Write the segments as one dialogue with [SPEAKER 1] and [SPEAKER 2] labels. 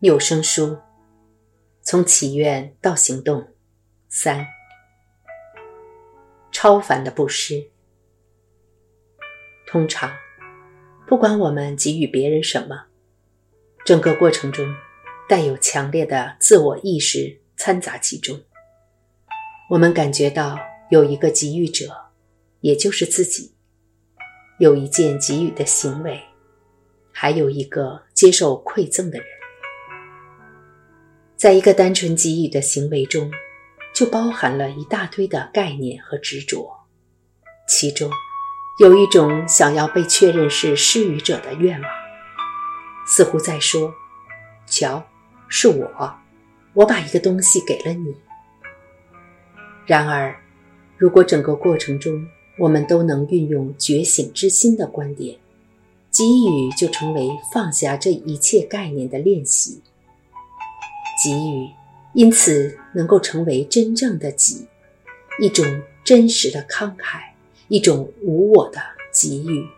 [SPEAKER 1] 有声书，从祈愿到行动。3. 超凡的布施。通常，不管我们给予别人什么，整个过程中带有强烈的自我意识掺杂其中。我们感觉到有一个给予者，也就是自己，有一件给予的行为，还有一个接受馈赠的人。在一个单纯给予的行为中，就包含了一大堆的概念和执着，其中有一种想要被确认是施予者的愿望，似乎在说，瞧，是我把一个东西给了你。然而，如果整个过程中我们都能运用觉醒之心的观点，给予就成为放下这一切概念的练习。给予因此能够成为真正的给，一种真实的慷慨，一种无我的给予。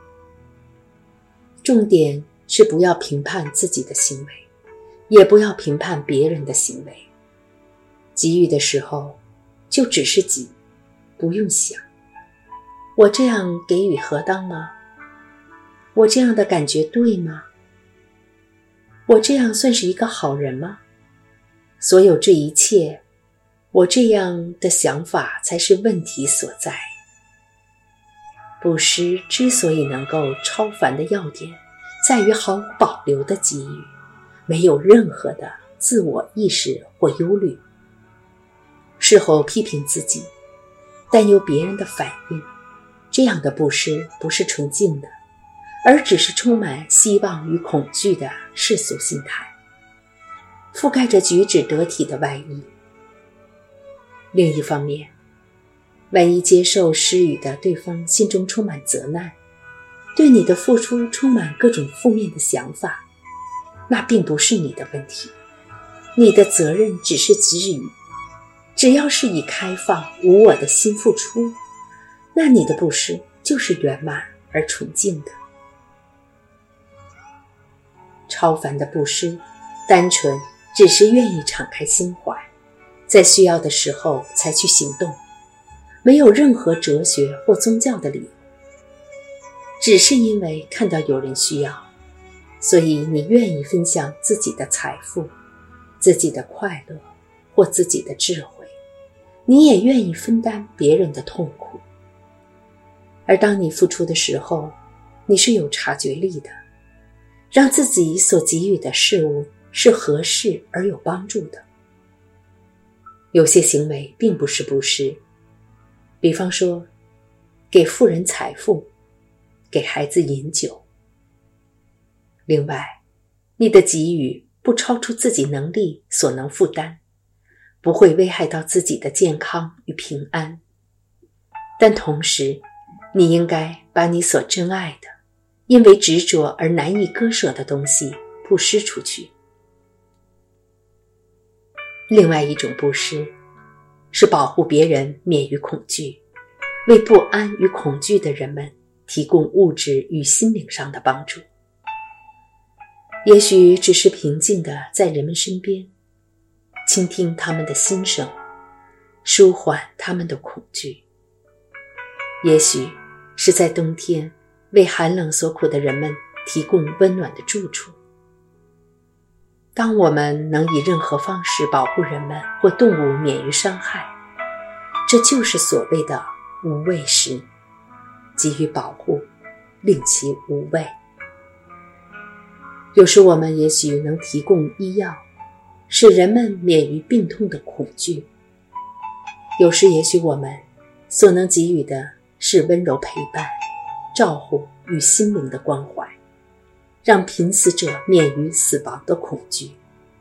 [SPEAKER 1] 重点是不要评判自己的行为，也不要评判别人的行为。给予的时候就只是给，不用想我这样给予何当吗？我这样的感觉对吗？我这样算是一个好人吗？所有这一切，我这样的想法才是问题所在。布施之所以能够超凡的要点，在于毫无保留的给予，没有任何的自我意识或忧虑。事后批评自己，担忧别人的反应，这样的布施不是纯净的，而只是充满希望与恐惧的世俗心态，覆盖着举止得体的外衣。另一方面，万一接受施予的对方心中充满责难，对你的付出充满各种负面的想法，那并不是你的问题，你的责任只是给予。只要是以开放无我的心付出，那你的布施就是圆满而纯净的。超凡的布施，单纯只是愿意敞开心怀，在需要的时候才去行动，没有任何哲学或宗教的理由，只是因为看到有人需要，所以你愿意分享自己的财富、自己的快乐或自己的智慧，你也愿意分担别人的痛苦。而当你付出的时候，你是有察觉力的，让自己所给予的事物是合适而有帮助的。有些行为并不是布施，比方说给富人财富，给孩子饮酒。另外，你的给予不超出自己能力所能负担，不会危害到自己的健康与平安，但同时你应该把你所珍爱的，因为执着而难以割舍的东西布施出去。另外一种布施是保护别人免于恐惧，为不安与恐惧的人们提供物质与心灵上的帮助。也许只是平静地在人们身边，倾听他们的心声，舒缓他们的恐惧。也许是在冬天为寒冷所苦的人们提供温暖的住处。当我们能以任何方式保护人们或动物免于伤害，这就是所谓的无畏施，给予保护，令其无畏。有时我们也许能提供医药，使人们免于病痛的恐惧。有时也许我们所能给予的是温柔陪伴、照护与心灵的关怀，让濒死者免于死亡的恐惧。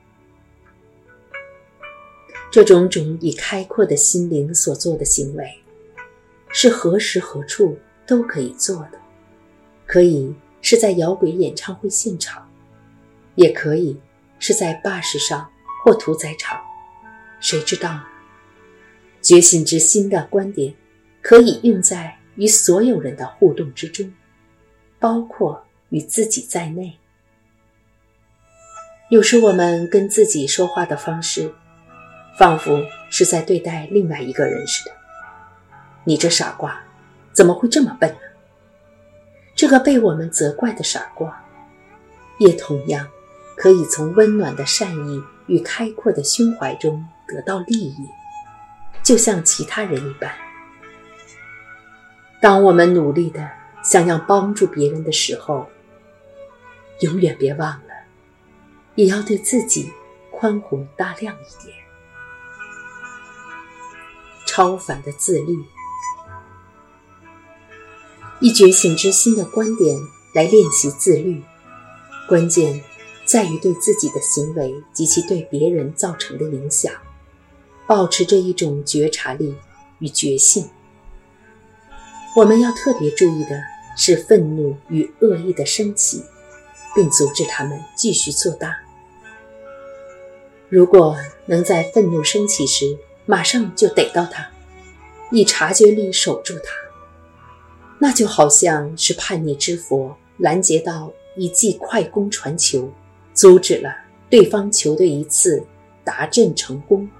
[SPEAKER 1] 这种种以开阔的心灵所做的行为，是何时何处都可以做的，可以是在摇滚演唱会现场，也可以是在巴士上或屠宰场，谁知道呢？觉醒之心的观点可以用在与所有人的互动之中，包括与自己在内。 有时我们跟自己说话的方式，仿佛是在对待另外一个人似的。你这傻瓜，怎么会这么笨呢？这个被我们责怪的傻瓜，也同样可以从温暖的善意与开阔的胸怀中得到利益，就像其他人一般。当我们努力地想要帮助别人的时候，永远别忘了，也要对自己宽宏大量一点。超凡的自律，以觉醒之心的观点来练习自律，关键在于对自己的行为及其对别人造成的影响，保持着一种觉察力与觉性。我们要特别注意的是愤怒与恶意的升起，并阻止它们继续做大。如果能在愤怒升起时马上就逮到它，以察觉力守住它，那就好像是叛逆之佛拦截到一记快攻传球，阻止了对方球队一次达阵成功。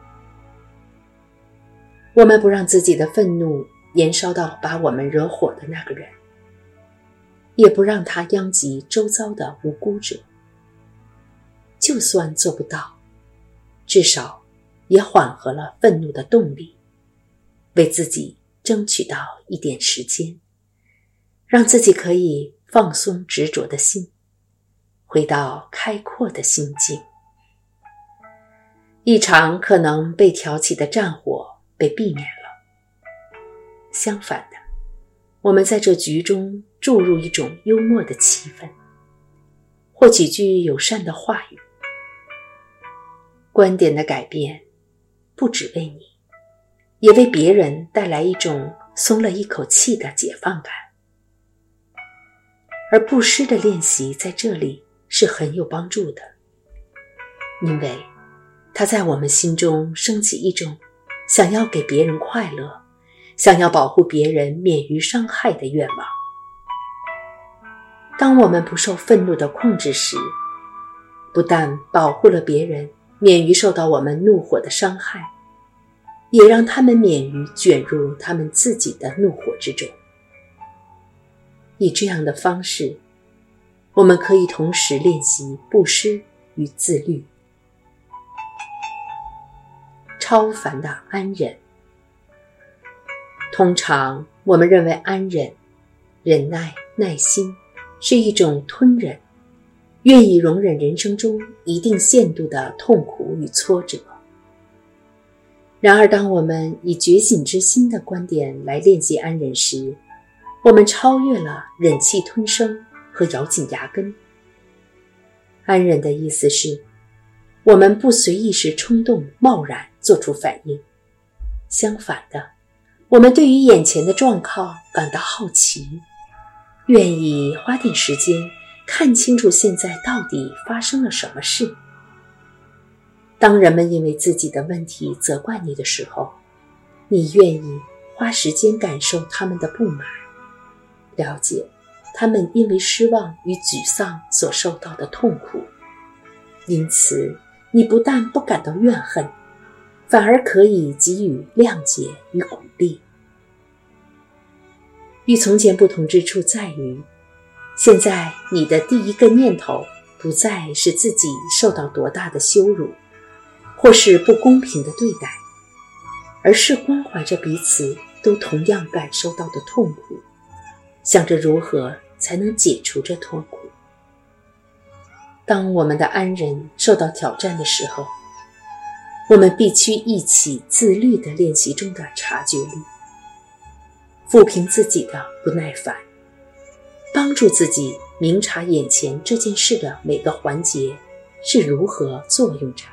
[SPEAKER 1] 我们不让自己的愤怒延烧到把我们惹火的那个人，也不让他殃及周遭的无辜者。就算做不到，至少也缓和了愤怒的动力，为自己争取到一点时间，让自己可以放松执着的心，回到开阔的心境。一场可能被挑起的战火被避免了。相反的，我们在这局中注入一种幽默的气氛，或几句友善的话语。观点的改变，不只为你，也为别人带来一种松了一口气的解放感。而布施的练习在这里是很有帮助的，因为它在我们心中升起一种想要给别人快乐，想要保护别人免于伤害的愿望。当我们不受愤怒的控制时，不但保护了别人免于受到我们怒火的伤害，也让他们免于卷入他们自己的怒火之中。以这样的方式，我们可以同时练习布施与自律。超凡的安忍，通常我们认为安忍、忍耐、耐心是一种吞忍，愿意容忍人生中一定限度的痛苦与挫折。然而当我们以觉醒之心的观点来练习安忍时，我们超越了忍气吞声和咬紧牙根。安忍的意思是，我们不随一时冲动贸然做出反应，相反的，我们对于眼前的状况感到好奇，愿意花点时间看清楚现在到底发生了什么事。当人们因为自己的问题责怪你的时候，你愿意花时间感受他们的不满，了解他们因为失望与沮丧所受到的痛苦。因此，你不但不感到怨恨，反而可以给予谅解与鼓励。与从前不同之处在于，现在你的第一个念头不再是自己受到多大的羞辱，或是不公平的对待，而是关怀着彼此都同样感受到的痛苦，想着如何才能解除这痛苦。当我们的安忍受到挑战的时候，我们必须忆起自律的练习中的察觉力，抚平自己的不耐烦，帮助自己明察眼前这件事的每个环节是如何作用着。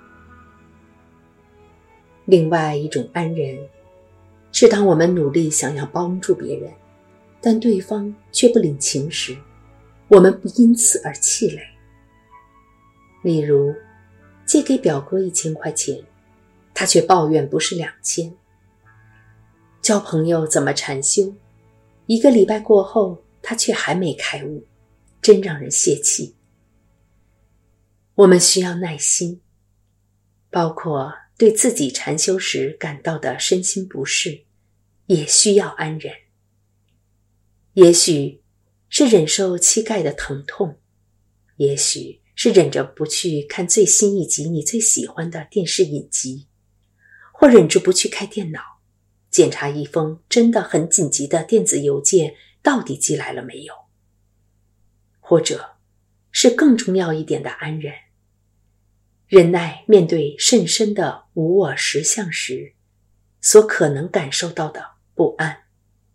[SPEAKER 1] 另外一种安忍，是当我们努力想要帮助别人，但对方却不领情时，我们不因此而气馁。例如，借给表哥1000块钱，他却抱怨不是2000。交朋友怎么禅修，1个礼拜过后，他却还没开悟，真让人泄气。 我们需要耐心，包括对自己禅修时感到的身心不适，也需要安忍。也许是忍受膝盖的疼痛，也许是忍着不去看最新一集你最喜欢的电视影集，或忍着不去开电脑，检查一封真的很紧急的电子邮件到底寄来了没有。或者是更重要一点的安忍，忍耐面对甚深的无我实相时所可能感受到的不安。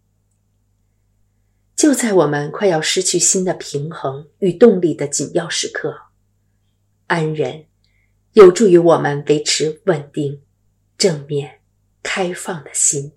[SPEAKER 1] 就在我们快要失去心的平衡与动力的紧要时刻，安忍有助于我们维持稳定、正面、开放的心。